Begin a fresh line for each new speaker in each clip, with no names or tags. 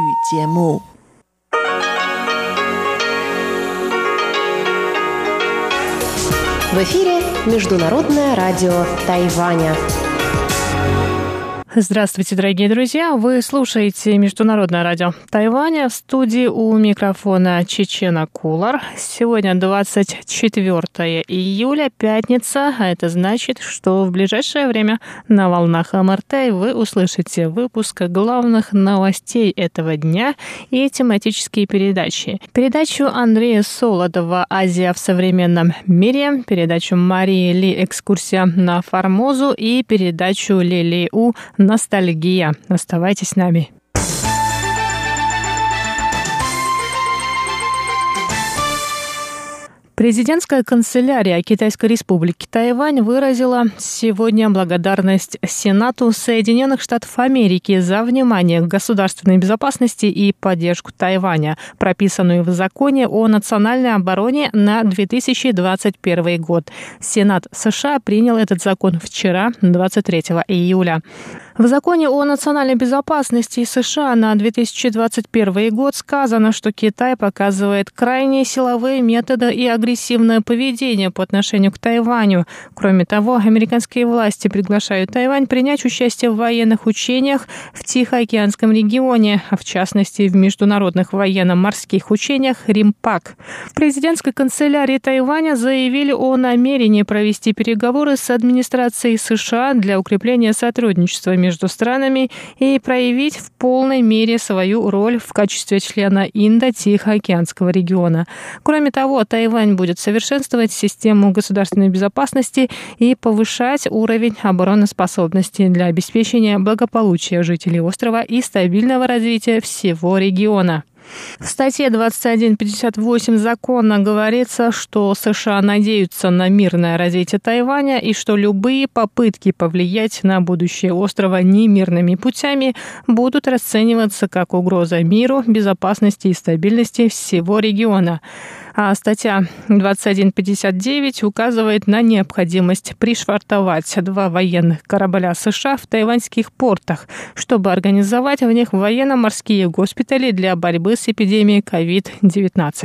节目。
В эфире Международное радио Тайваня.
Здравствуйте, дорогие друзья! Вы слушаете Международное радио Тайваня. В студии у микрофона Чечена Кулар. Сегодня 24 июля, пятница. А это значит, что в ближайшее время на волнах МРТ вы услышите выпуск главных новостей этого дня и тематические передачи. Передачу Андрея Солодова «Азия в современном мире», передачу Марии Ли «Экскурсия на Формозу» и передачу Лили У «Ностальгия». Оставайтесь с нами. Президентская канцелярия Китайской Республики Тайвань выразила сегодня благодарность Сенату Соединенных Штатов Америки за внимание к государственной безопасности и поддержку Тайваня, прописанную в Законе о национальной обороне на 2021 год. Сенат США принял этот закон вчера, 23 июля. В Законе о национальной безопасности США на 2021 год сказано, что Китай показывает крайне силовые методы и агрессивное поведение по отношению к Тайваню. Кроме того, американские власти приглашают Тайвань принять участие в военных учениях в Тихоокеанском регионе, а в частности в международных военно-морских учениях «Римпак». В президентской канцелярии Тайваня заявили о намерении провести переговоры с администрацией США для укрепления сотрудничества между странами и проявить в полной мере свою роль в качестве члена Индо-Тихоокеанского региона. Кроме того, Тайвань будет совершенствовать систему государственной безопасности и повышать уровень обороноспособности для обеспечения благополучия жителей острова и стабильного развития всего региона. В статье 2158 закона говорится, что США надеются на мирное развитие Тайваня и что любые попытки повлиять на будущее острова немирными путями будут расцениваться как угроза миру, безопасности и стабильности всего региона. А статья 2159 указывает на необходимость пришвартовать 2 военных корабля США в тайваньских портах, чтобы организовать в них военно-морские госпитали для борьбы с эпидемией COVID-19.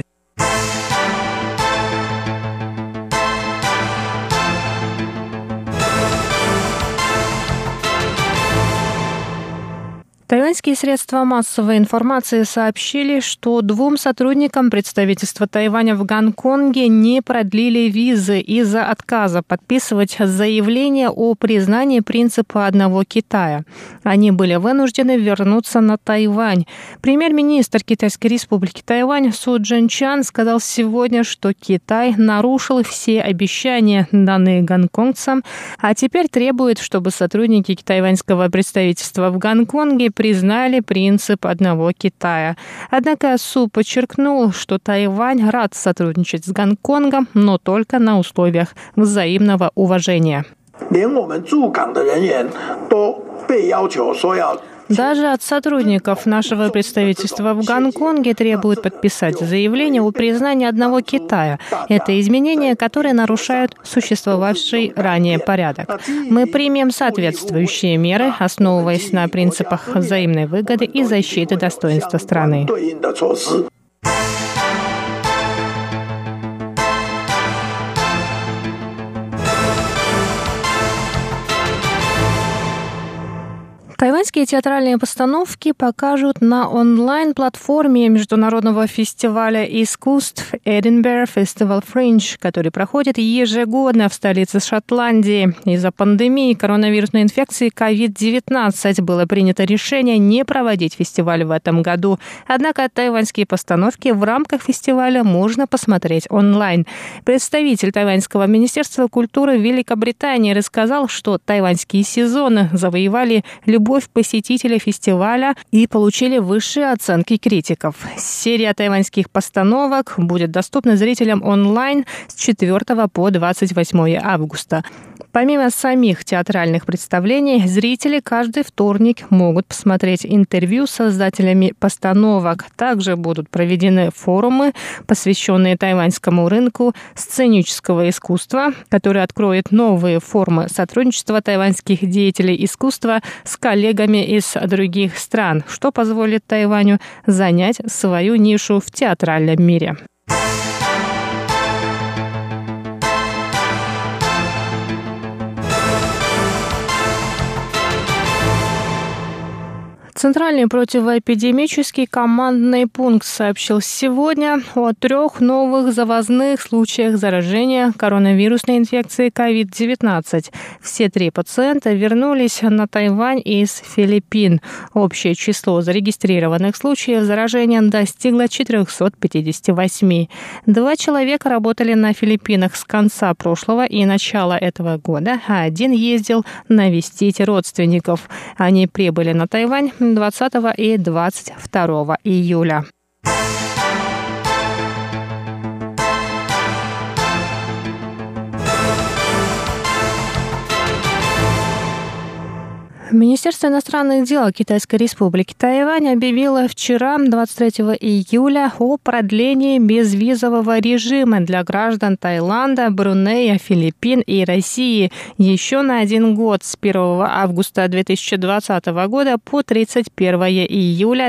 Тайваньские средства массовой информации сообщили, что 2 сотрудникам представительства Тайваня в Гонконге не продлили визы из-за отказа подписывать заявление о признании принципа одного Китая. Они были вынуждены вернуться на Тайвань. Премьер-министр Китайской Республики Тайвань Су Чжэнчан сказал сегодня, что Китай нарушил все обещания, данные гонконгцам, а теперь требует, чтобы сотрудники тайваньского представительства в Гонконге признали принцип одного Китая. Однако Су подчеркнул, что Тайвань рад сотрудничать с Гонконгом, но только на условиях взаимного уважения. Даже от сотрудников нашего представительства в Гонконге требуют подписать заявление о признании одного Китая. Это изменения, которые нарушают существовавший ранее порядок. Мы примем соответствующие меры, основываясь на принципах взаимной выгоды и защиты достоинства страны. Тайваньские театральные постановки покажут на онлайн-платформе международного фестиваля искусств Edinburgh Festival Fringe, который проходит ежегодно в столице Шотландии. Из-за пандемии коронавирусной инфекции COVID-19 было принято решение не проводить фестиваль в этом году. Однако тайваньские постановки в рамках фестиваля можно посмотреть онлайн. Представитель Тайваньского министерства культуры Великобритании рассказал, что тайваньские сезоны завоевали любовь посетителей фестиваля и получили высшие оценки критиков. Серия тайваньских постановок будет доступна зрителям онлайн с 4 по 28 августа. Помимо самих театральных представлений, зрители каждый вторник могут посмотреть интервью с создателями постановок. Также будут проведены форумы, посвященные тайваньскому рынку сценического искусства, который откроет новые формы сотрудничества тайваньских деятелей искусства с коллегами из других стран, что позволит Тайваню занять свою нишу в театральном мире. Центральный противоэпидемический командный пункт сообщил сегодня о 3 новых завозных случаях заражения коронавирусной инфекцией COVID-19. Все 3 пациента вернулись на Тайвань из Филиппин. Общее число зарегистрированных случаев заражения достигло 458. 2 человека работали на Филиппинах с конца прошлого и начала этого года, а 1 ездил навестить родственников. Они прибыли на Тайвань 20 и 22 июля. Министерство иностранных дел Китайской Республики Тайвань объявило вчера, 23 июля, о продлении безвизового режима для граждан Таиланда, Брунея, Филиппин и России еще на 1 год с 1 августа 2020 года по 31 июля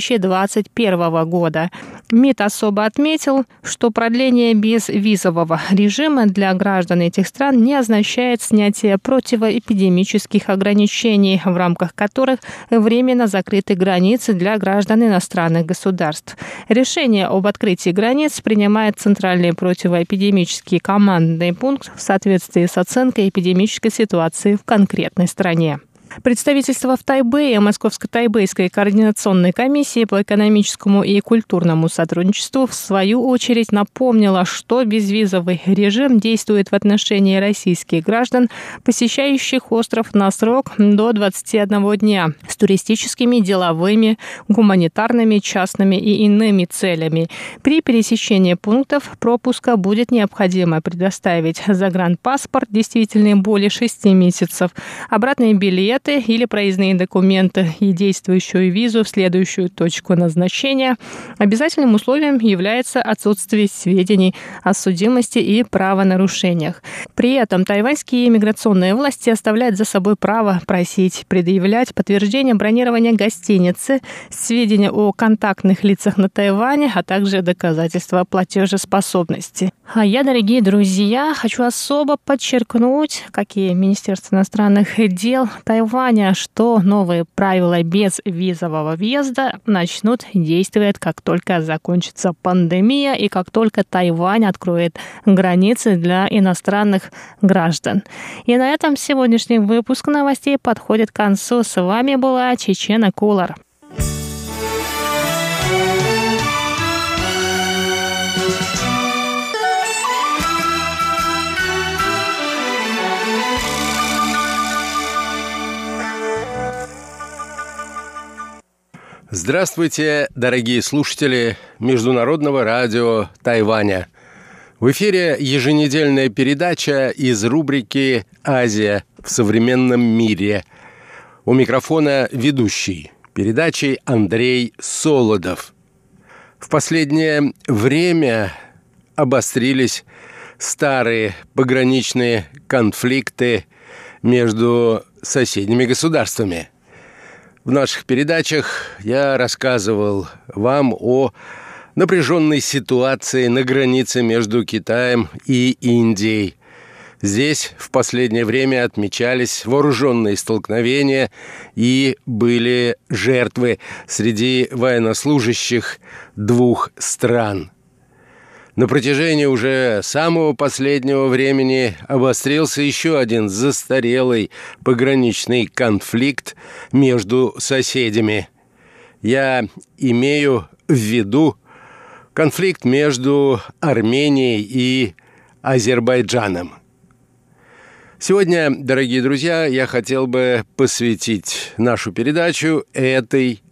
2021 года. МИД особо отметил, что продление безвизового режима для граждан этих стран не означает снятие противоэпидемических ограничений, в рамках которых временно закрыты границы для граждан иностранных государств. Решение об открытии границ принимает Центральный противоэпидемический командный пункт в соответствии с оценкой эпидемической ситуации в конкретной стране. Представительство в Тайбэе Московско-Тайбэйской координационной комиссии по экономическому и культурному сотрудничеству в свою очередь напомнило, что безвизовый режим действует в отношении российских граждан, посещающих остров на срок до 21 дня с туристическими, деловыми, гуманитарными, частными и иными целями. При пересечении пунктов пропуска будет необходимо предоставить загранпаспорт, действительный более 6 месяцев, обратный билет или проездные документы и действующую визу в следующую точку назначения. Обязательным условием является отсутствие сведений о судимости и правонарушениях. При этом тайваньские иммиграционные власти оставляют за собой право просить предъявлять подтверждение бронирования гостиницы, сведения о контактных лицах на Тайване, а также доказательства платежеспособности. А я, дорогие друзья, хочу особо подчеркнуть, какие Министерство иностранных дел Тайваня, что новые правила безвизового въезда начнут действовать, как только закончится пандемия и как только Тайвань откроет границы для иностранных граждан. И на этом сегодняшний выпуск новостей подходит к концу. С вами была Чечена Кулар.
Здравствуйте, дорогие слушатели Международного радио Тайваня. В эфире еженедельная передача из рубрики «Азия в современном мире». У микрофона ведущий передачи Андрей Солодов. В последнее время обострились старые пограничные конфликты между соседними государствами. В наших передачах я рассказывал вам о напряженной ситуации на границе между Китаем и Индией. Здесь в последнее время отмечались вооруженные столкновения и были жертвы среди военнослужащих двух стран. На протяжении уже самого последнего времени обострился еще один застарелый пограничный конфликт между соседями. Я имею в виду конфликт между Арменией и Азербайджаном. Сегодня, дорогие друзья, я хотел бы посвятить нашу передачу этой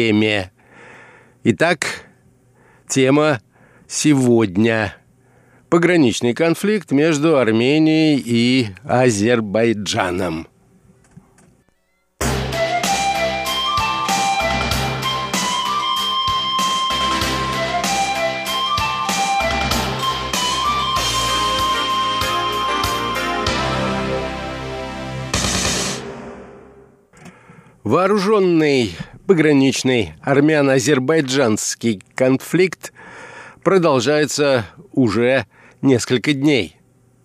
теме. Итак, тема сегодня – пограничный конфликт между Арменией и Азербайджаном. Вооруженный пограничный армяно-азербайджанский конфликт продолжается уже несколько дней.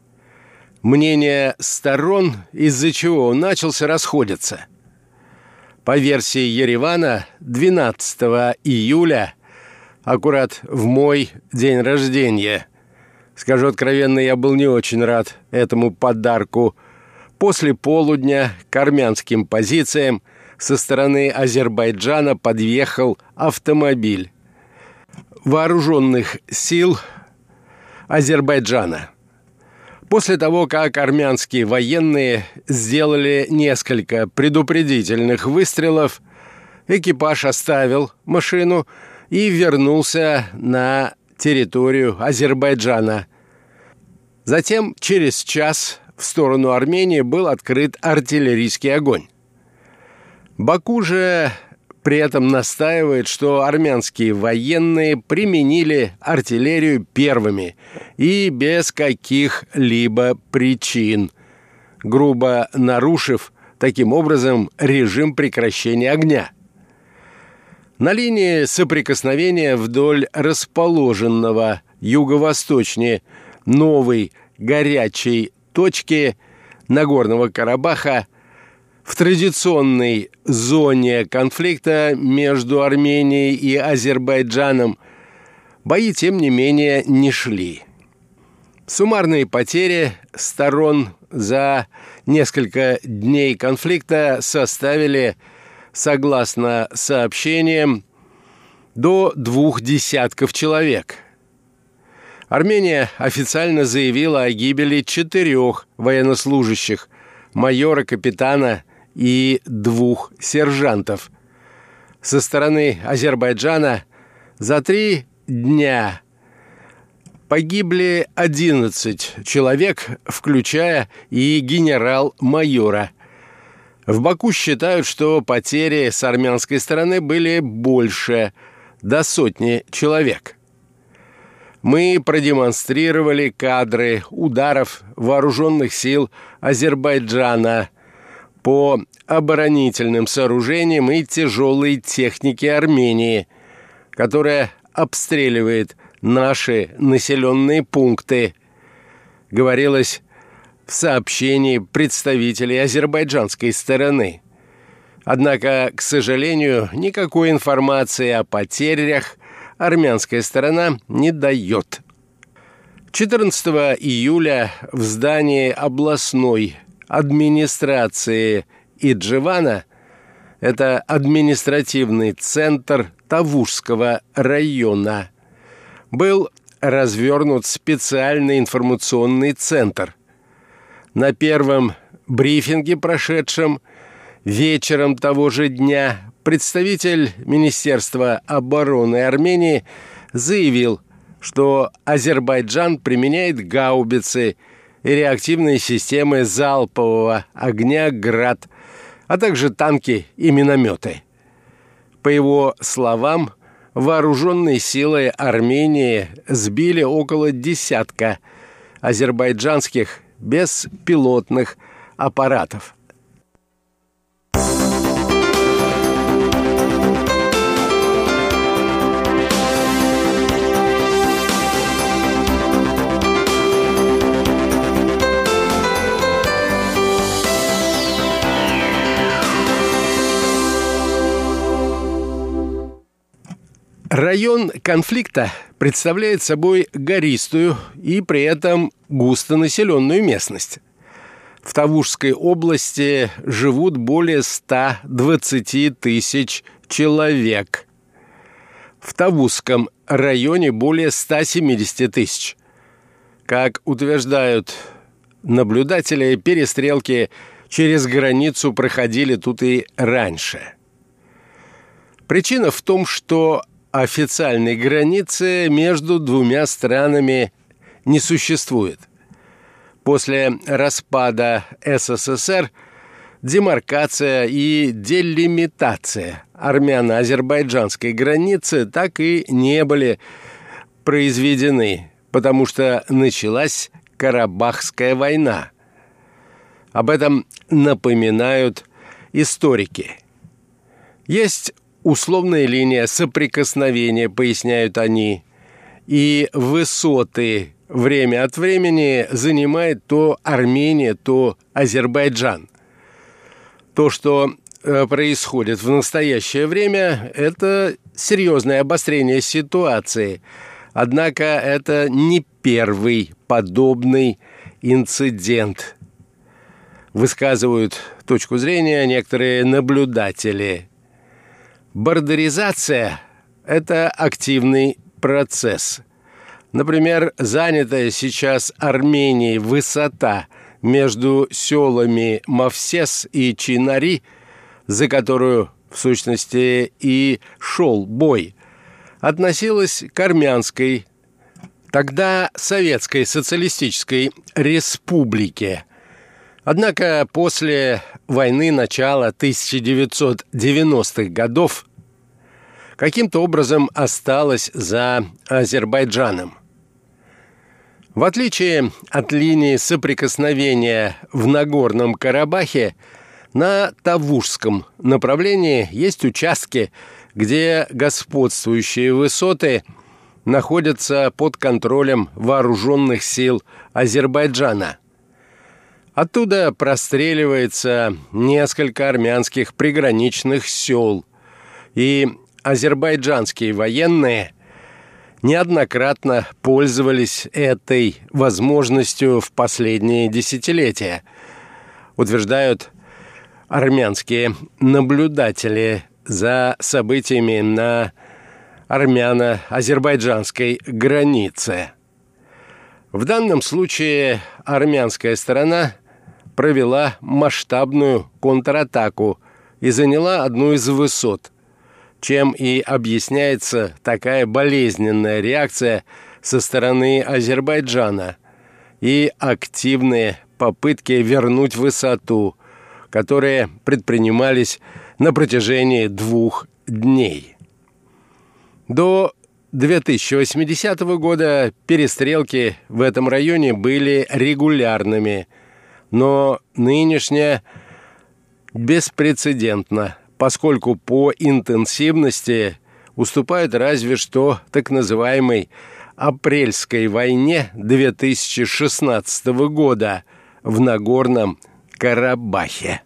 Мнения сторон, из-за чего он начался, расходятся. По версии Еревана, 12 июля, аккурат в мой день рождения, скажу откровенно, я был не очень рад этому подарку, после полудня к армянским позициям со стороны Азербайджана подъехал автомобиль вооруженных сил Азербайджана. После того, как армянские военные сделали несколько предупредительных выстрелов, экипаж оставил машину и вернулся на территорию Азербайджана. Затем, через час, в сторону Армении был открыт артиллерийский огонь. Баку же при этом настаивает, что армянские военные применили артиллерию первыми и без каких-либо причин, грубо нарушив таким образом режим прекращения огня. На линии соприкосновения вдоль расположенного юго-восточнее новой горячей точки Нагорного Карабаха в традиционной зоне конфликта между Арменией и Азербайджаном бои, тем не менее, не шли. Суммарные потери сторон за несколько дней конфликта составили, согласно сообщениям, до 20 человек. Армения официально заявила о гибели 4 военнослужащих, майора, капитана и 2 сержантов. Со стороны Азербайджана за 3 дня погибли 11 человек, включая и генерал-майора. В Баку считают, что потери с армянской стороны были больше, до 100 человек. Мы продемонстрировали кадры ударов вооруженных сил Азербайджана по оборонительным сооружениям и тяжелой технике Армении, которая обстреливает наши населенные пункты, говорилось в сообщении представителей азербайджанской стороны. Однако, к сожалению, никакой информации о потерях армянская сторона не дает. 14 июля в здании областной администрации Иджевана, это административный центр Тавушского района, был развернут специальный информационный центр. На первом брифинге, прошедшем вечером того же дня, представитель Министерства обороны Армении заявил, что Азербайджан применяет гаубицы и реактивные системы залпового огня «Град», а также танки и минометы. По его словам, вооруженные силы Армении сбили около 10 азербайджанских беспилотных аппаратов. Район конфликта представляет собой гористую и при этом густонаселенную местность. В Тавушской области живут более 120 тысяч человек. В Тавушском районе более 170 тысяч. Как утверждают наблюдатели, перестрелки через границу проходили тут и раньше. Причина в том, что официальной границы между двумя странами не существует. После распада СССР демаркация и делимитация армяно-азербайджанской границы так и не были произведены, потому что началась Карабахская война. Об этом напоминают историки. Есть условная линия соприкосновения, поясняют они, и высоты время от времени занимает то Армения, то Азербайджан. То, что происходит в настоящее время, это серьезное обострение ситуации. Однако это не первый подобный инцидент. Высказывают точку зрения некоторые наблюдатели. Бордеризация – это активный процесс. Например, занятая сейчас Арменией высота между селами Мавсес и Чинари, за которую, в сущности, и шел бой, относилась к армянской, тогда Советской Социалистической Республике. Однако после войны начала 1990-х годов каким-то образом осталась за Азербайджаном. В отличие от линии соприкосновения в Нагорном Карабахе, на Тавушском направлении есть участки, где господствующие высоты находятся под контролем вооруженных сил Азербайджана. Оттуда простреливается несколько армянских приграничных сел, и азербайджанские военные неоднократно пользовались этой возможностью в последние десятилетия, утверждают армянские наблюдатели за событиями на армяно-азербайджанской границе. В данном случае армянская сторона провела масштабную контратаку и заняла одну из высот, чем и объясняется такая болезненная реакция со стороны Азербайджана и активные попытки вернуть высоту, которые предпринимались на протяжении 2 дней. До 2080 года перестрелки в этом районе были регулярными, но нынешняя беспрецедентна, поскольку по интенсивности уступает разве что так называемой апрельской войне 2016 года в Нагорном Карабахе.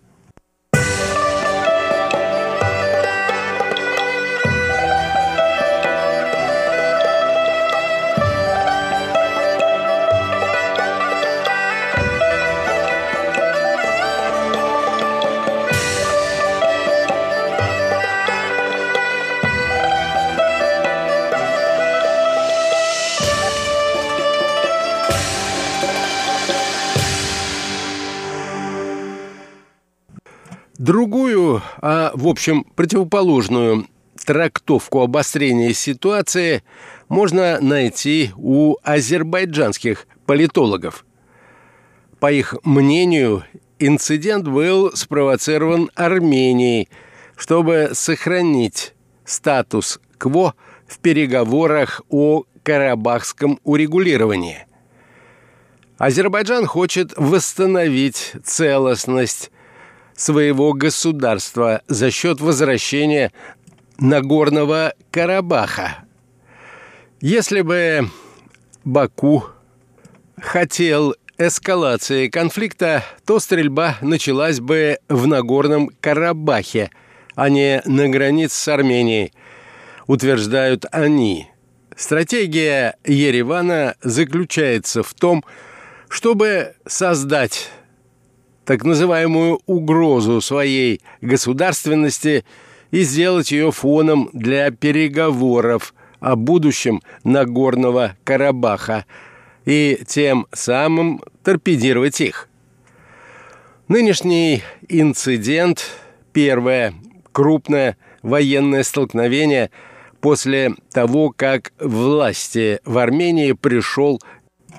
Другую, в общем, противоположную трактовку обострения ситуации можно найти у азербайджанских политологов. По их мнению, инцидент был спровоцирован Арменией, чтобы сохранить статус-кво в переговорах о карабахском урегулировании. Азербайджан хочет восстановить целостность своего государства за счет возвращения Нагорного Карабаха. Если бы Баку хотел эскалации конфликта, то стрельба началась бы в Нагорном Карабахе, а не на границе с Арменией, утверждают они. Стратегия Еревана заключается в том, чтобы создать так называемую угрозу своей государственности и сделать ее фоном для переговоров о будущем Нагорного Карабаха и тем самым торпедировать их. Нынешний инцидент – первое крупное военное столкновение после того, как к власти в Армении пришел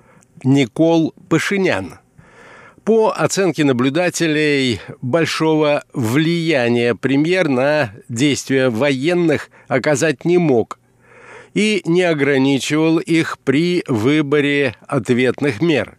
Никол Пашинян. По оценке наблюдателей, большого влияния премьер на действия военных оказать не мог и не ограничивал их при выборе ответных мер.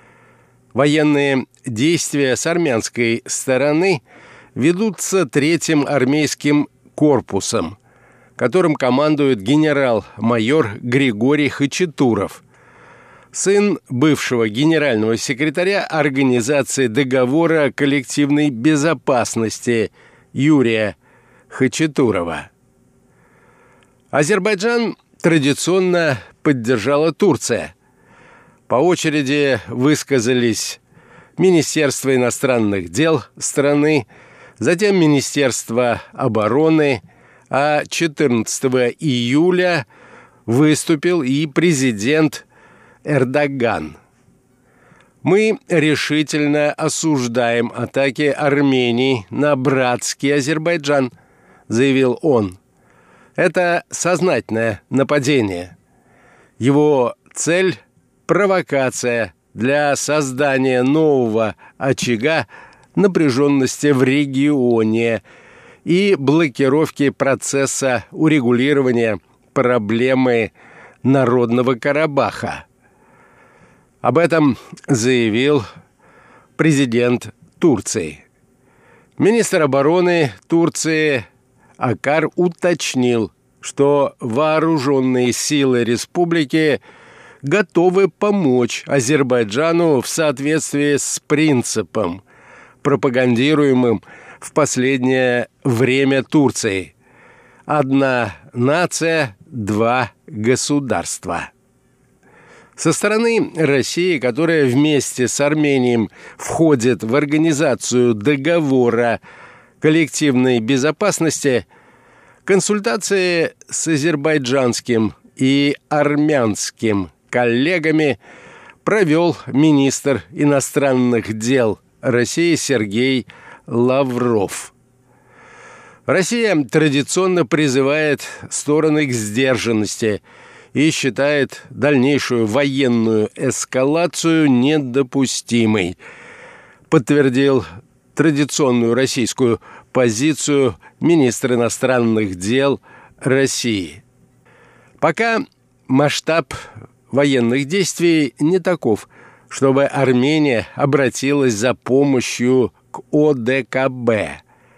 Военные действия с армянской стороны ведутся 3-м армейским корпусом, которым командует генерал-майор Григорий Хачатуров, сын бывшего генерального секретаря Организации договора о коллективной безопасности Юрия Хачатурова. Азербайджан традиционно поддержала Турция. По очереди высказались Министерство иностранных дел страны, затем Министерство обороны, а 14 июля выступил и президент Эрдоган. «Мы решительно осуждаем атаки Армении на братский Азербайджан», — заявил он. «Это сознательное нападение. Его цель – провокация для создания нового очага напряженности в регионе и блокировки процесса урегулирования проблемы Народного Карабаха». Об этом заявил президент Турции. Министр обороны Турции Акар уточнил, что вооруженные силы республики готовы помочь Азербайджану в соответствии с принципом, пропагандируемым в последнее время Турцией: «Одна нация, два государства». Со стороны России, которая вместе с Арменией входит в Организацию договора коллективной безопасности, консультации с азербайджанским и армянским коллегами провел министр иностранных дел России Сергей Лавров. Россия традиционно призывает стороны к сдержанности и считает дальнейшую военную эскалацию недопустимой, подтвердил традиционную российскую позицию министр иностранных дел России. Пока масштаб военных действий не таков, чтобы Армения обратилась за помощью к ОДКБ,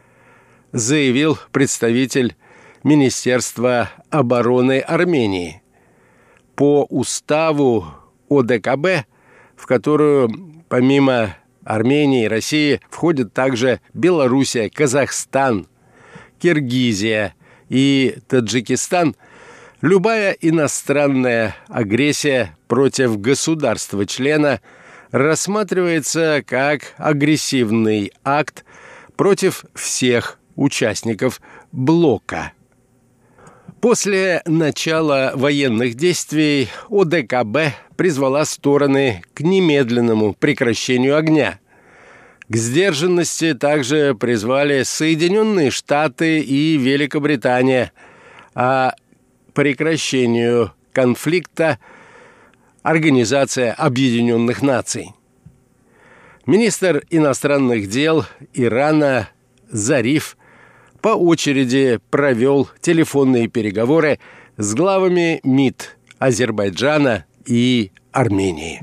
заявил представитель Министерства обороны Армении. По уставу ОДКБ, в которую помимо Армении и России входят также Белоруссия, Казахстан, Киргизия и Таджикистан, любая иностранная агрессия против государства-члена рассматривается как агрессивный акт против всех участников блока. После начала военных действий ОДКБ призвала стороны к немедленному прекращению огня. К сдержанности также призвали Соединенные Штаты и Великобритания, а прекращению конфликта Организация Объединенных Наций. Министр иностранных дел Ирана Зариф по очереди провел телефонные переговоры с главами МИД Азербайджана и Армении.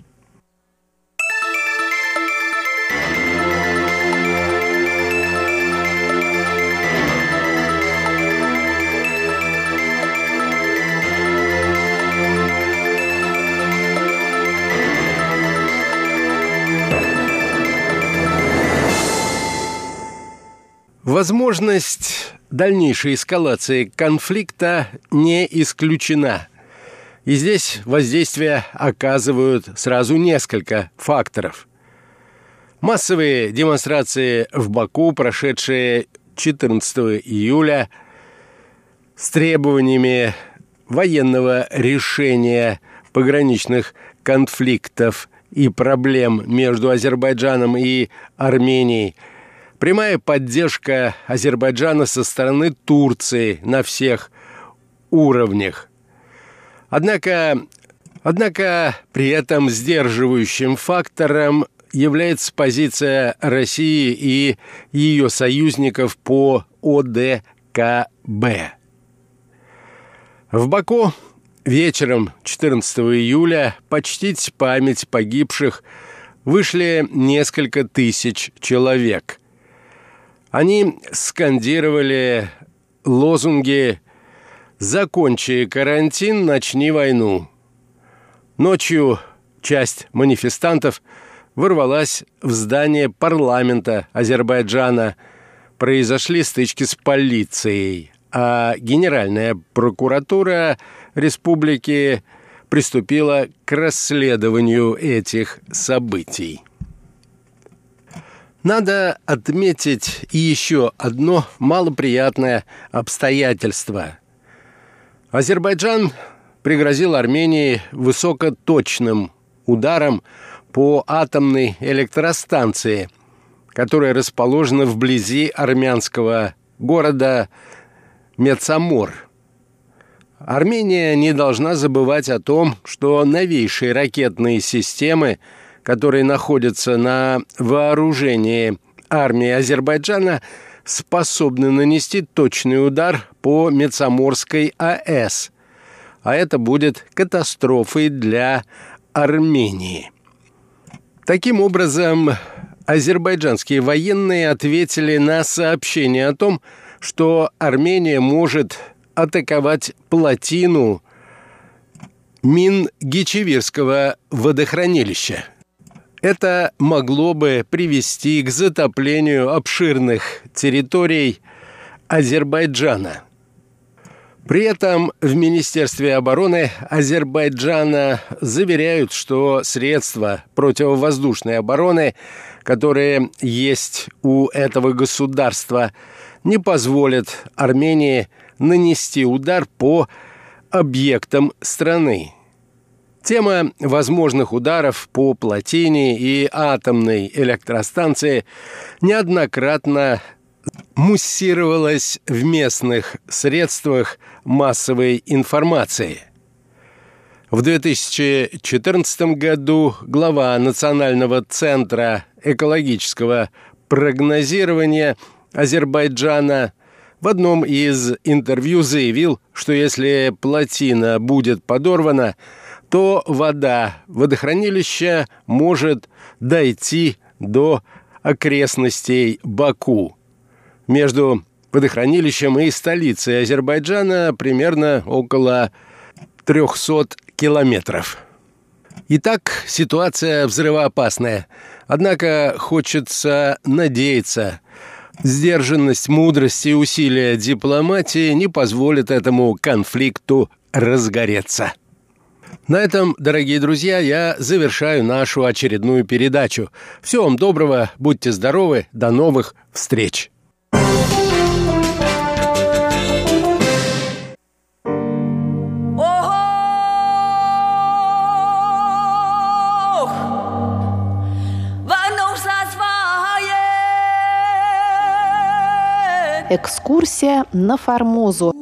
Возможность дальнейшей эскалации конфликта не исключена. И здесь воздействие оказывают сразу несколько факторов. Массовые демонстрации в Баку, прошедшие 14 июля, с требованиями военного решения пограничных конфликтов и проблем между Азербайджаном и Арменией, прямая поддержка Азербайджана со стороны Турции на всех уровнях. Однако Однако при этом сдерживающим фактором является позиция России и ее союзников по ОДКБ. В Баку вечером 14 июля почтить память погибших вышли несколько тысяч человек. Они скандировали лозунги «Закончи карантин, начни войну». Ночью часть манифестантов ворвалась в здание парламента Азербайджана. Произошли стычки с полицией, а Генеральная прокуратура республики приступила к расследованию этих событий. Надо отметить и еще одно малоприятное обстоятельство. Азербайджан пригрозил Армении высокоточным ударом по атомной электростанции, которая расположена вблизи армянского города Метсамор. Армения не должна забывать о том, что новейшие ракетные системы, которые находятся на вооружении армии Азербайджана, способны нанести точный удар по Метсаморской АЭС, а это будет катастрофой для Армении. Таким образом, азербайджанские военные ответили на сообщение о том, что Армения может атаковать плотину Мингичевирского водохранилища. Это могло бы привести к затоплению обширных территорий Азербайджана. При этом в Министерстве обороны Азербайджана заверяют, что средства противовоздушной обороны, которые есть у этого государства, не позволят Армении нанести удар по объектам страны. Тема возможных ударов по плотине и атомной электростанции неоднократно муссировалась в местных средствах массовой информации. В 2014 году глава Национального центра экологического прогнозирования Азербайджана в одном из интервью заявил, что если плотина будет подорвана, то вода водохранилища может дойти до окрестностей Баку. Между водохранилищем и столицей Азербайджана примерно около 300 километров. Итак, ситуация взрывоопасная. Однако хочется надеяться, сдержанность, мудрость и усилия дипломатии не позволят этому конфликту разгореться. На этом, дорогие друзья, я завершаю нашу очередную передачу. Всего вам доброго, будьте здоровы, до новых встреч!
Экскурсия на Формозу.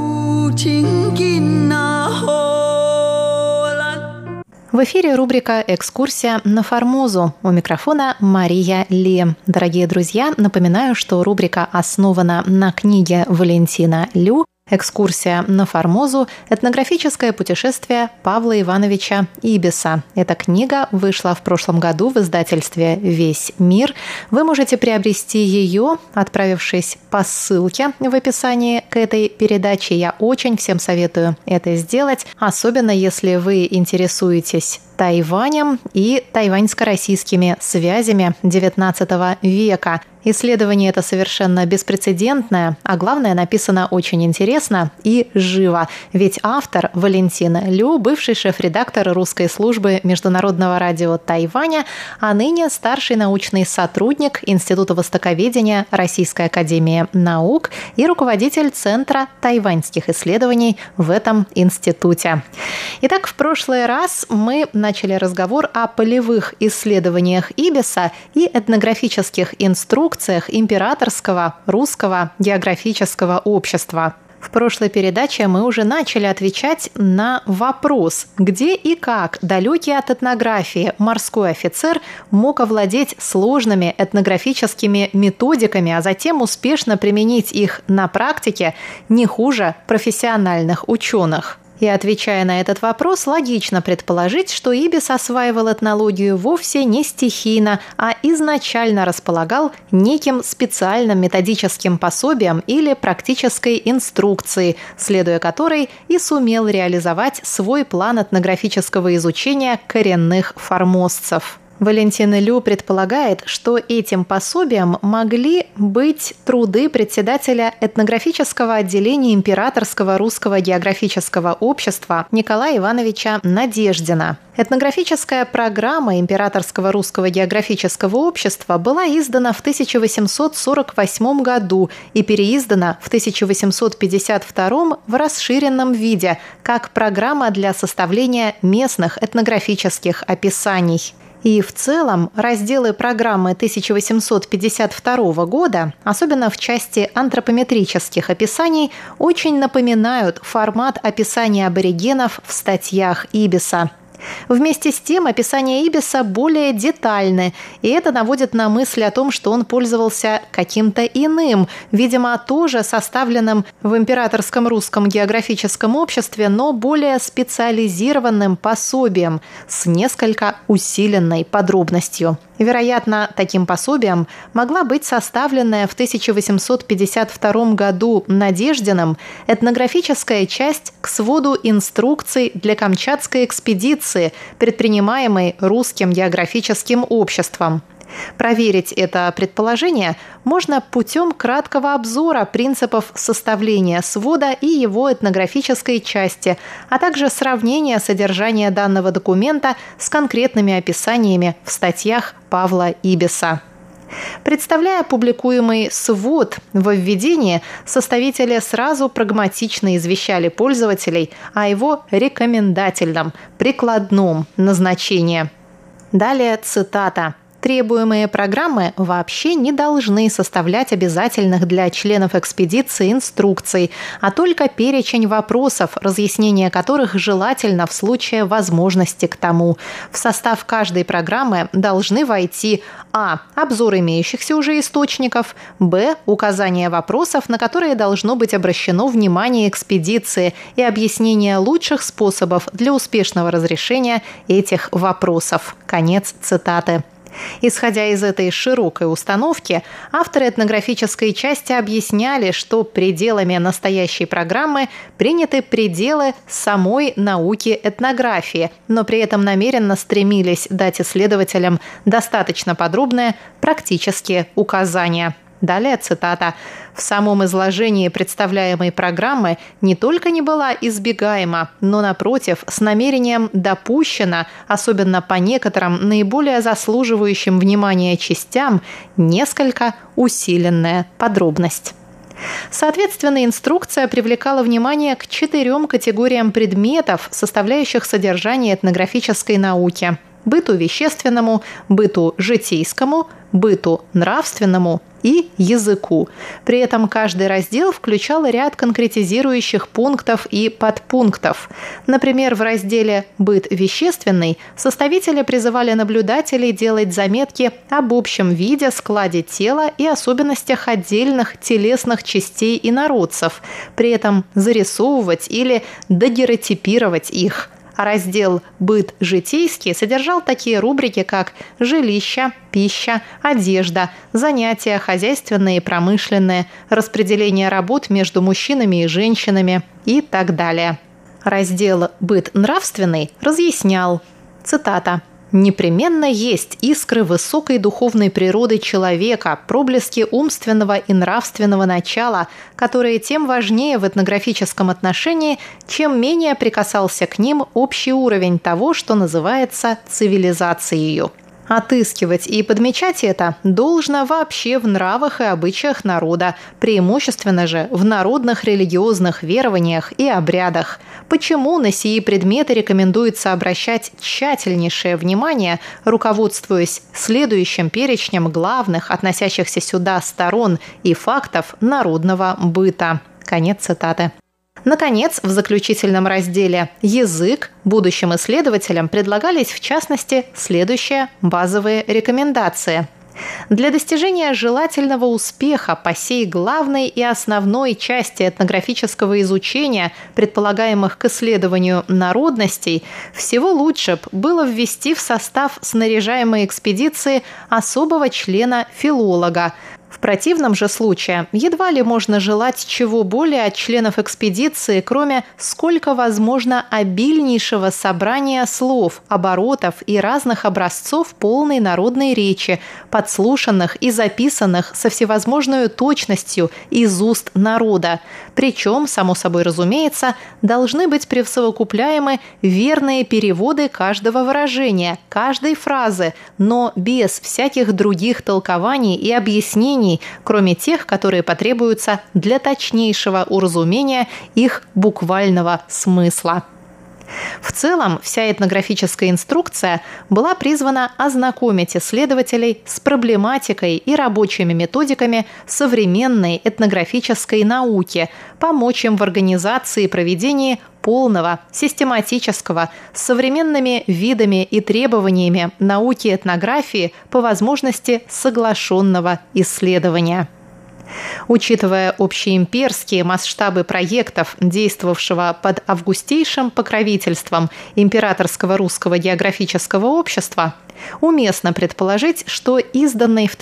В эфире рубрика «Экскурсия на Формозу». У микрофона Мария Ли. Дорогие друзья, напоминаю, что рубрика основана на книге Валентина Лю «Экскурсия на Формозу. Этнографическое путешествие Павла Ивановича Ибиса». Эта книга вышла в прошлом году в издательстве «Весь мир». Вы можете приобрести ее, отправившись по ссылке в описании к этой передаче. Я очень всем советую это сделать, особенно если вы интересуетесь Тайванем и тайваньско-российскими связями XIX века. Исследование это совершенно беспрецедентное, а главное, написано очень интересно и живо. Ведь автор Валентин Лю, бывший шеф-редактор русской службы Международного радио Тайваня, а ныне старший научный сотрудник Института востоковедения Российской академии наук и руководитель Центра тайваньских исследований в этом институте. Итак, в прошлый раз мы начали разговор о полевых исследованиях Ибиса и этнографических инструкциях Императорского русского географического общества. В прошлой передаче мы уже начали отвечать на вопрос, где и как далекий от этнографии морской офицер мог овладеть сложными этнографическими методиками, а затем успешно применить их на практике не хуже профессиональных ученых. И отвечая на этот вопрос, логично предположить, что Ибис осваивал этнологию вовсе не стихийно, а изначально располагал неким специальным методическим пособием или практической инструкцией, следуя которой и сумел реализовать свой план этнографического изучения коренных формозцев. Валентин Лю предполагает, что этим пособием могли быть труды председателя этнографического отделения Императорского русского географического общества Николая Ивановича Надеждина. Этнографическая программа Императорского русского географического общества была издана в 1848 году и переиздана в 1852 в расширенном виде как программа для составления местных этнографических описаний. И в целом разделы программы 1852 года, особенно в части антропометрических описаний, очень напоминают формат описания аборигенов в статьях Ибиса. Вместе с тем описания Ибиса более детальны, и это наводит на мысль о том, что он пользовался каким-то иным, видимо, тоже составленным в Императорском русском географическом обществе, но более специализированным пособием с несколько усиленной подробностью. Вероятно, таким пособием могла быть составленная в 1852 году Надеждиным этнографическая часть к своду инструкций для Камчатской экспедиции, предпринимаемой Русским географическим обществом. Проверить это предположение можно путем краткого обзора принципов составления свода и его этнографической части, а также сравнения содержания данного документа с конкретными описаниями в статьях Павла Ибиса. Представляя публикуемый свод во введении, составители сразу прагматично извещали пользователей о его рекомендательном, прикладном назначении. Далее цитата. Требуемые программы вообще не должны составлять обязательных для членов экспедиции инструкций, а только перечень вопросов, разъяснение которых желательно в случае возможности к тому. В состав каждой программы должны войти а. обзор имеющихся уже источников, б. указание вопросов, на которые должно быть обращено внимание экспедиции и объяснение лучших способов для успешного разрешения этих вопросов. Конец цитаты. Исходя из этой широкой установки, авторы этнографической части объясняли, что пределами настоящей программы приняты пределы самой науки этнографии, но при этом намеренно стремились дать исследователям достаточно подробные практические указания. Далее цитата. «В самом изложении представляемой программы не только не была избегаема, но, напротив, с намерением допущена, особенно по некоторым наиболее заслуживающим внимания частям, несколько усиленная подробность». Соответственно, инструкция привлекала внимание к 4 категориям предметов, составляющих содержание этнографической науки – быту вещественному, быту житейскому, быту нравственному и языку. При этом каждый раздел включал ряд конкретизирующих пунктов и подпунктов. Например, в разделе «Быт вещественный» составители призывали наблюдателей делать заметки об общем виде, складе тела и особенностях отдельных телесных частей инородцев, при этом зарисовывать или дагеротипировать их. А раздел «Быт житейский» содержал такие рубрики, как «Жилища», «Пища», «Одежда», «Занятия хозяйственные и промышленные», «Распределение работ между мужчинами и женщинами» и так далее. Раздел «Быт нравственный» разъяснял, цитата, «Непременно есть искры высокой духовной природы человека, проблески умственного и нравственного начала, которые тем важнее в этнографическом отношении, чем менее прикасался к ним общий уровень того, что называется цивилизацией». Отыскивать и подмечать это должно вообще в нравах и обычаях народа, преимущественно же в народных религиозных верованиях и обрядах. Почему на сии предметы рекомендуется обращать тщательнейшее внимание, руководствуясь следующим перечнем главных, относящихся сюда сторон и фактов народного быта. Конец цитаты. Наконец, в заключительном разделе «Язык» будущим исследователям предлагались, в частности, следующие базовые рекомендации. Для достижения желательного успеха по сей главной и основной части этнографического изучения, предполагаемых к исследованию народностей, всего лучше было ввести в состав снаряжаемой экспедиции особого члена-филолога. В противном же случае едва ли можно желать чего более от членов экспедиции, кроме сколько возможно обильнейшего собрания слов, оборотов и разных образцов полной народной речи, подслушанных и записанных со всевозможной точностью из уст народа. Причем, само собой разумеется, должны быть присовокупляемы верные переводы каждого выражения, каждой фразы, но без всяких других толкований и объяснений, кроме тех, которые потребуются для точнейшего уразумения их буквального смысла. В целом, вся этнографическая инструкция была призвана ознакомить исследователей с проблематикой и рабочими методиками современной этнографической науки, помочь им в организации и проведении полного, систематического, с современными видами и требованиями науки этнографии по возможности соглашенного исследования. Учитывая общеимперские масштабы проектов, действовавшего под августейшим покровительством Императорского русского географического общества, уместно предположить, что изданный в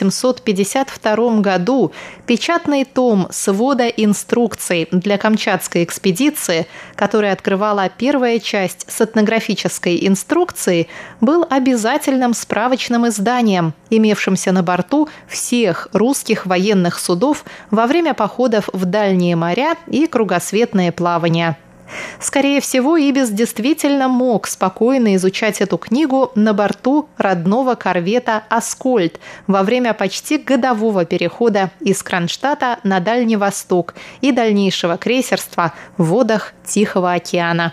1852 году печатный том свода инструкций для Камчатской экспедиции, который открывала первая часть с этнографической инструкцией, был обязательным справочным изданием, имевшимся на борту всех русских военных судов во время походов в дальние моря и кругосветные плавания. Скорее всего, Ибис действительно мог спокойно изучать эту книгу на борту родного корвета «Аскольд» во время почти годового перехода из Кронштадта на Дальний Восток и дальнейшего крейсерства в водах Тихого океана.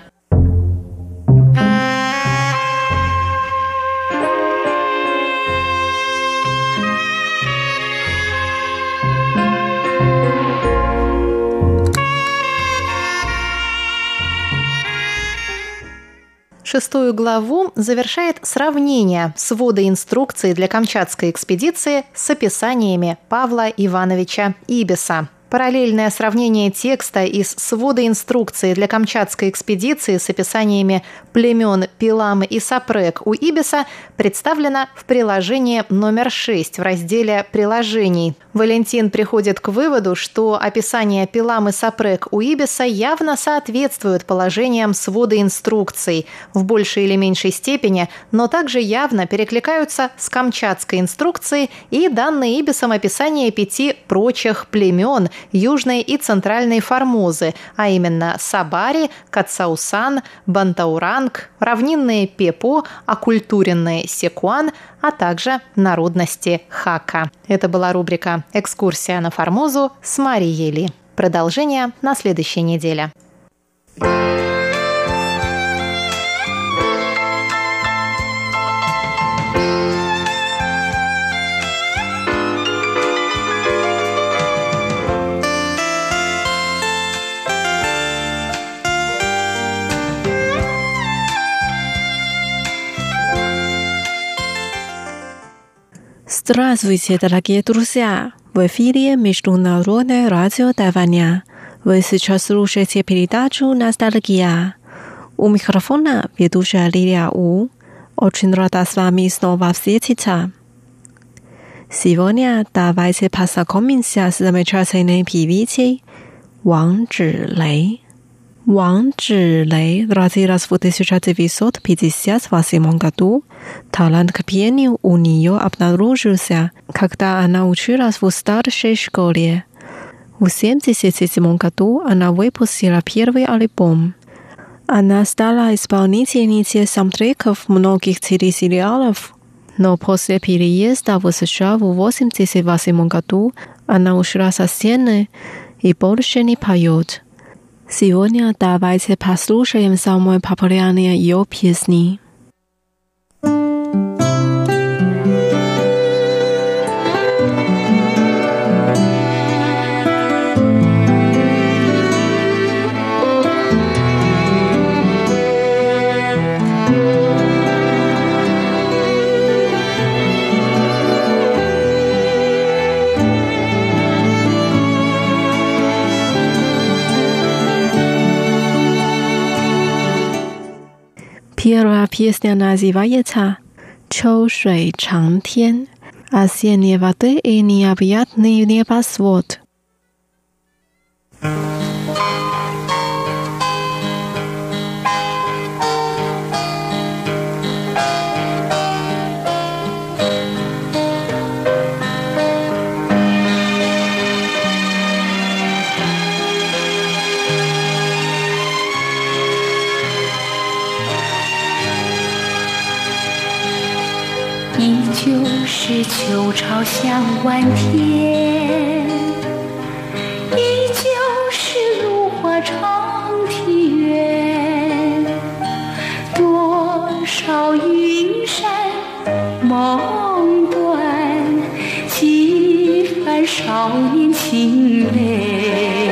Шестую главу завершает сравнение свода инструкций для Камчатской экспедиции с описаниями Павла Ивановича Ибиса. Параллельное сравнение текста из свода инструкции для Камчатской экспедиции с описаниями племен Пилам и Сапрек у Ибиса представлено в приложении номер 6 в разделе «Приложений». Валентин приходит к выводу, что описание Пилам и Сапрек у Ибиса явно соответствует положениям свода инструкций в большей или меньшей степени, но также явно перекликаются с Камчатской инструкцией и данные Ибисом описание 5 прочих племен Южной и Центральной Формозы, а именно Сабари, Кацаусан, Бантауранг, равнинные Пепо, оккультуренные Секуан, а также народности Хака. Это была рубрика «Экскурсия на Формозу» с Марией Ли. Продолжение на следующей неделе.
Здравствуйте, дорогие друзья! В эфире Международное радио Тайваня. Вы сейчас слушаете передачу «Ностальгия». У микрофона ведущая Лилия У. Очень рада с вами снова встретиться. Сегодня давайте познакомимся с замечательной певицей Ван Чжилей. Ван Чжилей родилась в 1958 году. Талант к пению у нее обнаружился, когда она училась в старшей школе. В 1977 году она выпустила первый альбом. Она стала исполнительницей саундтреков многих телесериалов, но после переезда в США в 1988 году она ушла со сцены и больше не поет. Сегодня давайте послушаем самые популярные ее песни. Первая песня называется «秋水长天», «Осенней воды и необъятный небосвод».
依旧是秋潮向晚天，依旧是芦花长堤远，多少云山梦断，几番少年情泪。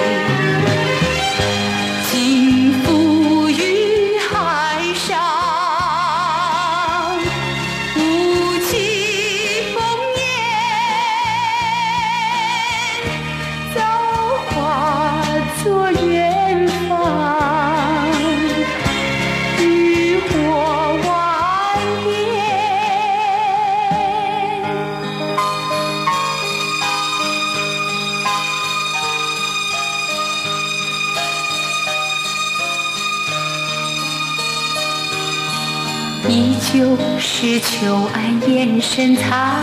依旧是秋岸烟深残，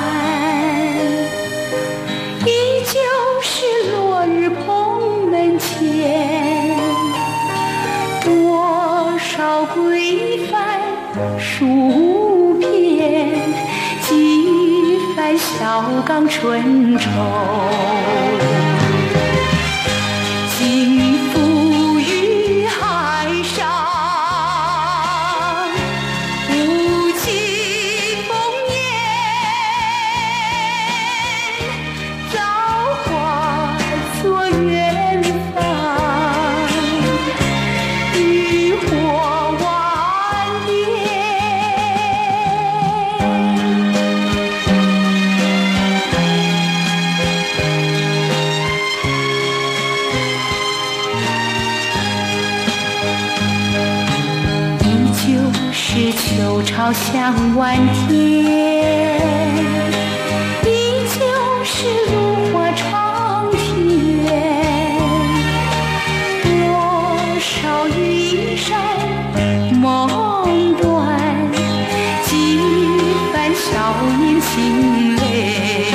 依旧是落日蓬门前，多少归帆数遍，几番小岗春愁。秋潮向晚天，依旧是芦花长堤远，多少云山梦断，几番少年情泪。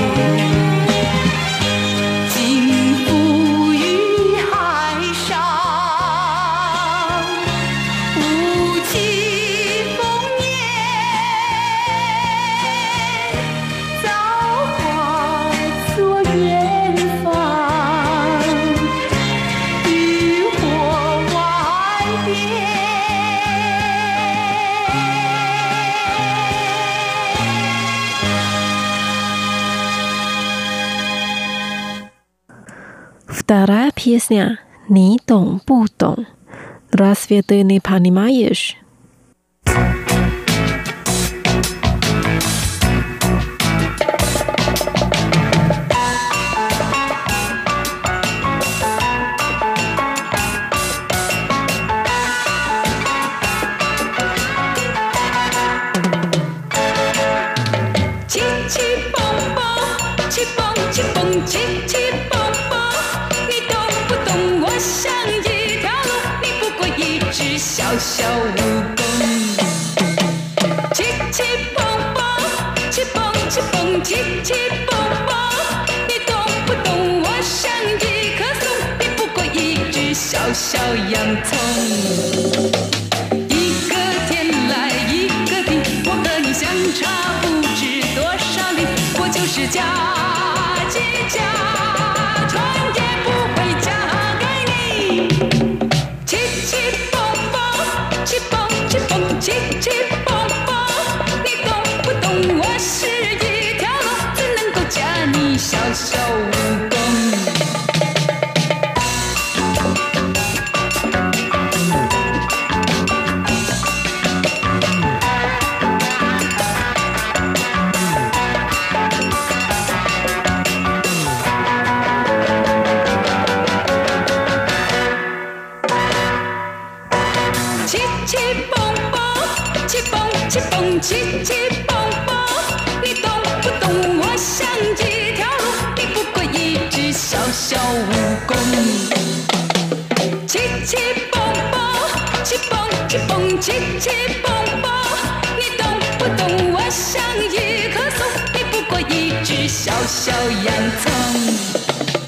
Вторая песня «Не懂不懂». Разве ты не понимаешь?
小蜈蚣，气气蹦蹦，气蹦气蹦，气气蹦蹦。你懂不懂？我像一棵松，你不过一只小小洋葱。一个天来一个地，我和你相差不知多少里。我就是嫁鸡嫁春也不会嫁给你。气气蹦蹦。气蹦气蹦气气蹦蹦，你懂不懂？我是一条龙，怎能够嫁你小小蜈蚣？ 气气蹦蹦，气蹦气蹦，气气蹦蹦，你懂不懂？我像一条龙，你不过一只小小蜈蚣。气气蹦蹦，气蹦气蹦，气气蹦蹦，你懂不懂？我像一棵松，你不过一只小小洋葱。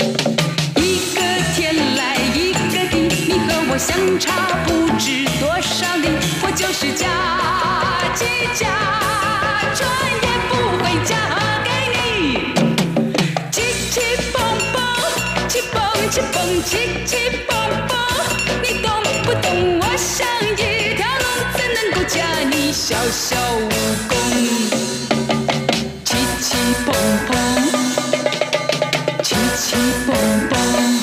我相差不知多少里，我就是嫁鸡嫁船也不会嫁给你。气气蹦蹦，气蹦气蹦，气气蹦蹦，你懂不懂？我像一条龙，怎能够嫁你小小蜈蚣？气气蹦蹦，气气蹦蹦。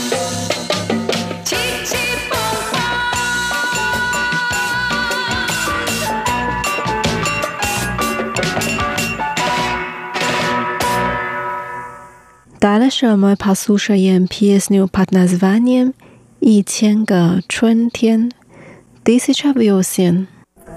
Дальше мы послушаем песню под названием «1000 个春天» 1008.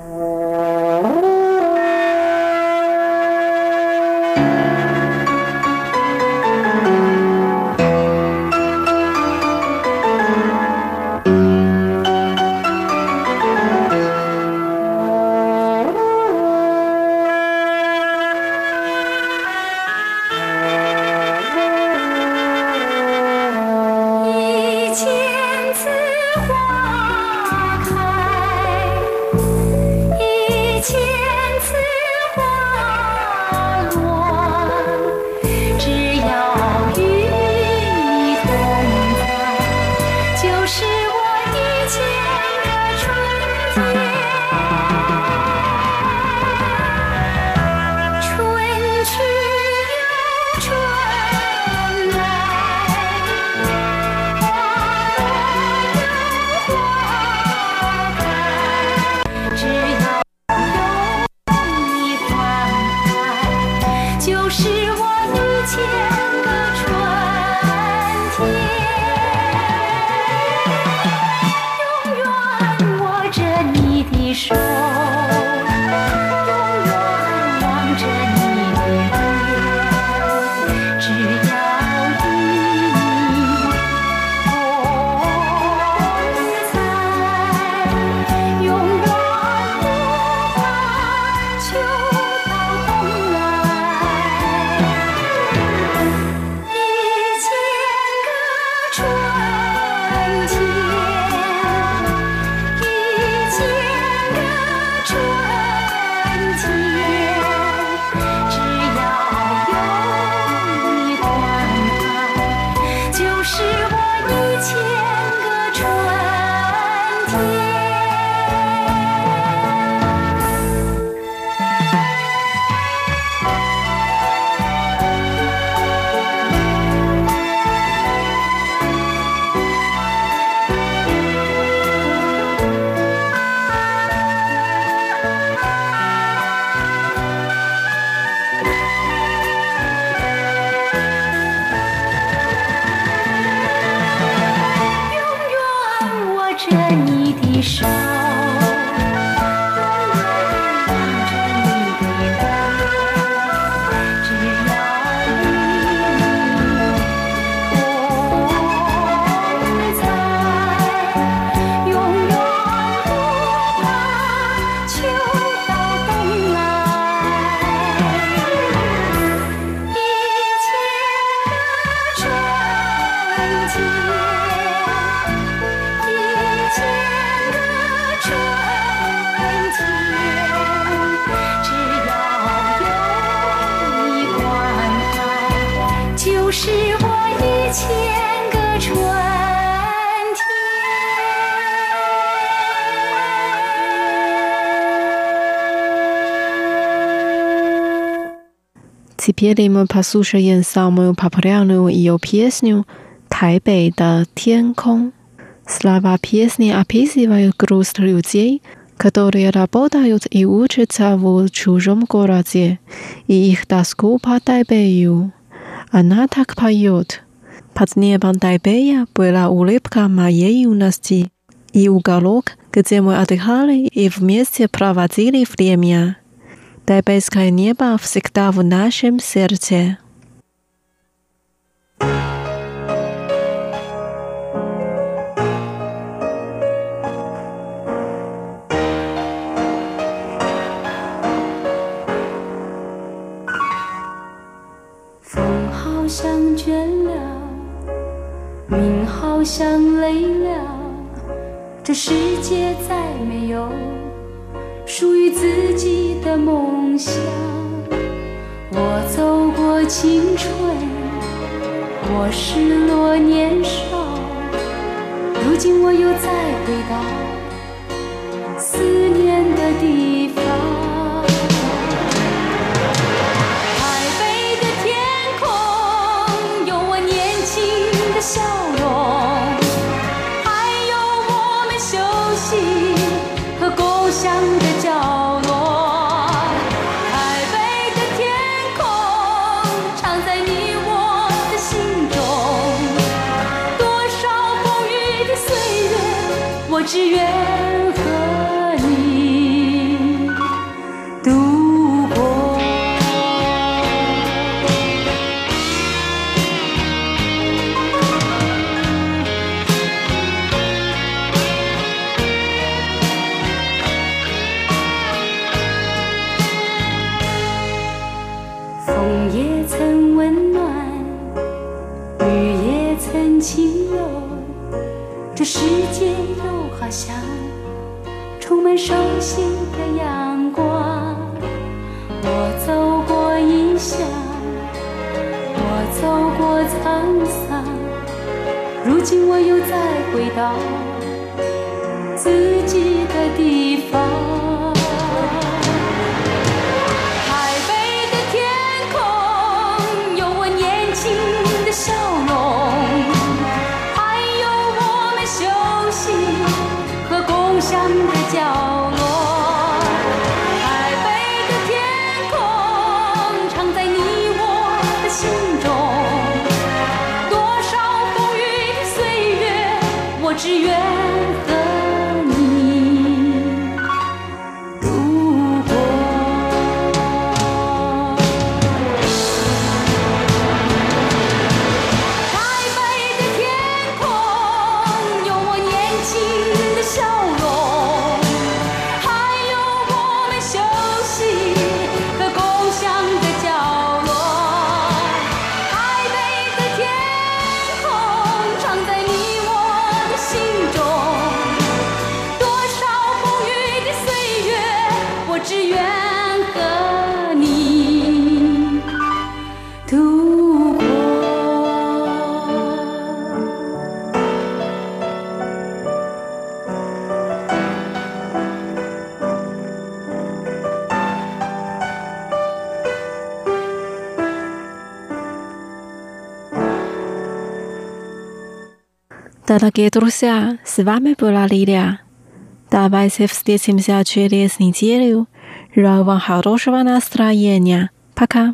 Теперь мы послушаем самую популярную ее песню «Тайбэй的天空». Слова песни описывают грусть людей, которые работают и учатся в чужом городе, и их тоску по Тайбэю. Она так поет. Под небом Тайбэя была улыбка моей юности и уголок где мы отдыхали и вместе проводили время. Тайбэйское небо всегда в нашем сердце.
好像累了，这世界再没有属于自己的梦想。我走过青春，我失落年少，如今我又再回到思念的地方。台北的天空有我年轻的笑容，乡的角落，台北的天空常在你我的心中，多少风雨的岁月，我只愿和你度过。风也曾温暖，雨也曾轻柔，这世界又好像充满熟悉的阳光。我走过异乡，我走过沧桑，如今我又再回到自己的地方。笑容，还有我们休息和共享的角落。台北的天空常在你我的心中，多少风雨的岁月，我只愿和你度过。只愿和你度过。
Дорогие друзья, с вами была Лилия. Давайте встретимся через неделю. Желаю вам хорошего настроения. Пока.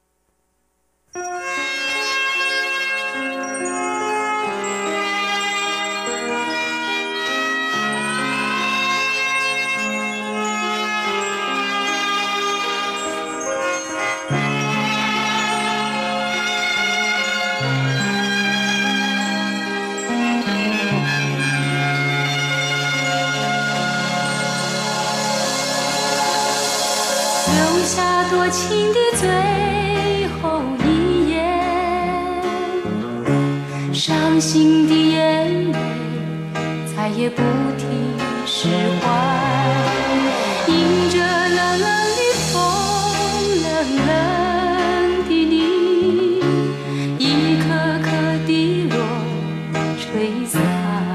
留下多情的最后一眼，伤心的眼泪再也不提释怀，迎着冷冷的风，冷冷的你，一颗颗滴落吹散，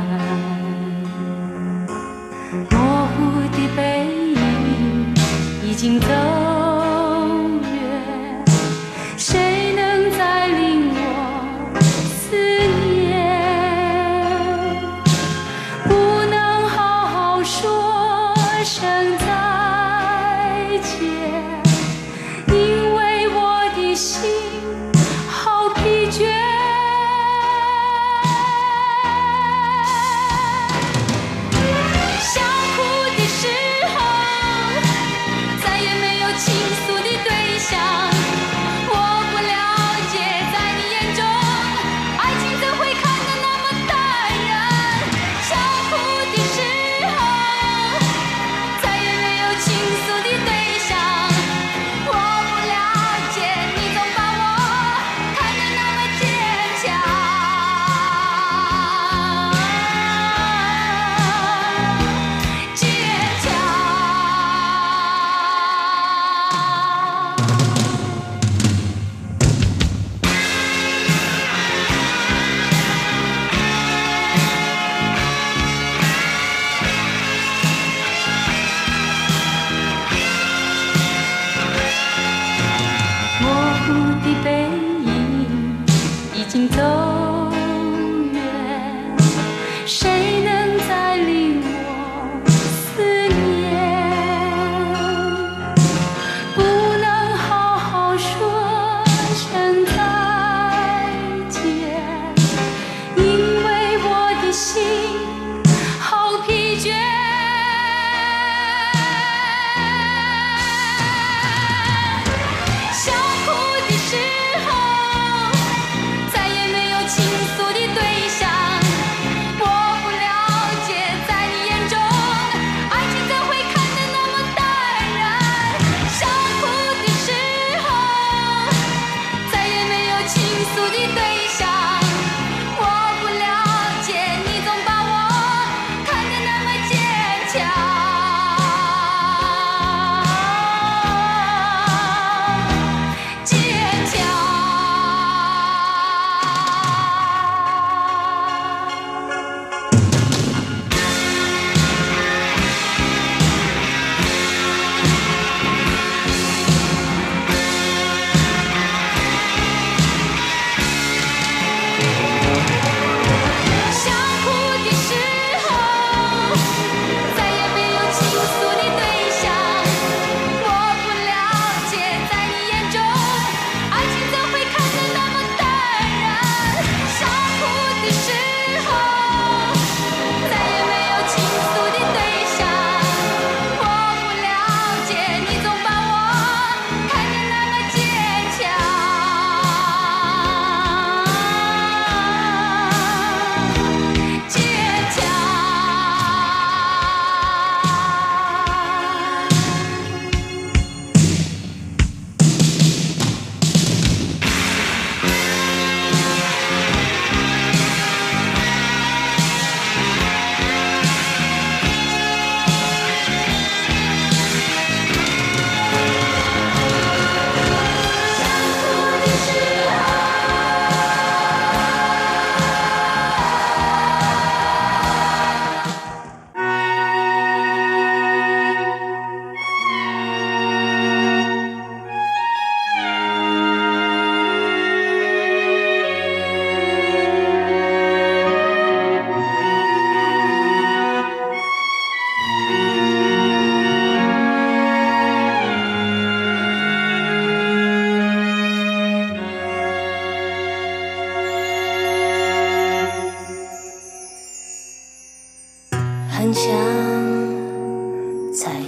模糊的背影已经走远，谁能再令我思念？不能好好说声再见，因为我的心好疲倦。想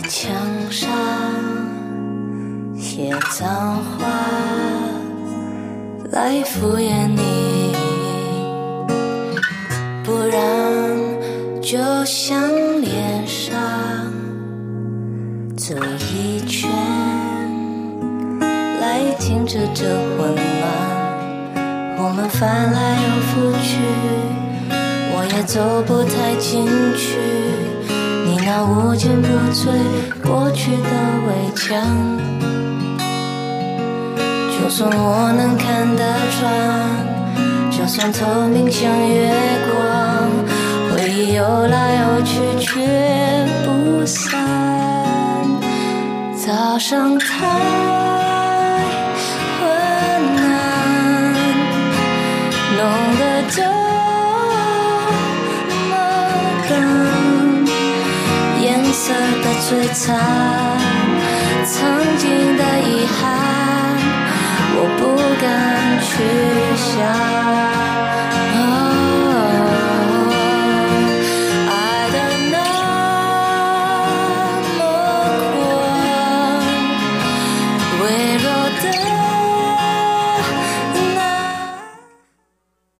墙上写脏话来敷衍你，不然就向脸上走一圈，来停止这混乱，我们翻来又覆去，我也走不太进去，你那无坚不摧过去的围墙，就算我能看得穿，就算透明像月光，回忆游来游去却不散，早上太昏暗，弄得这么淡，颜色的璀璨，曾经的遗憾，我不敢去想。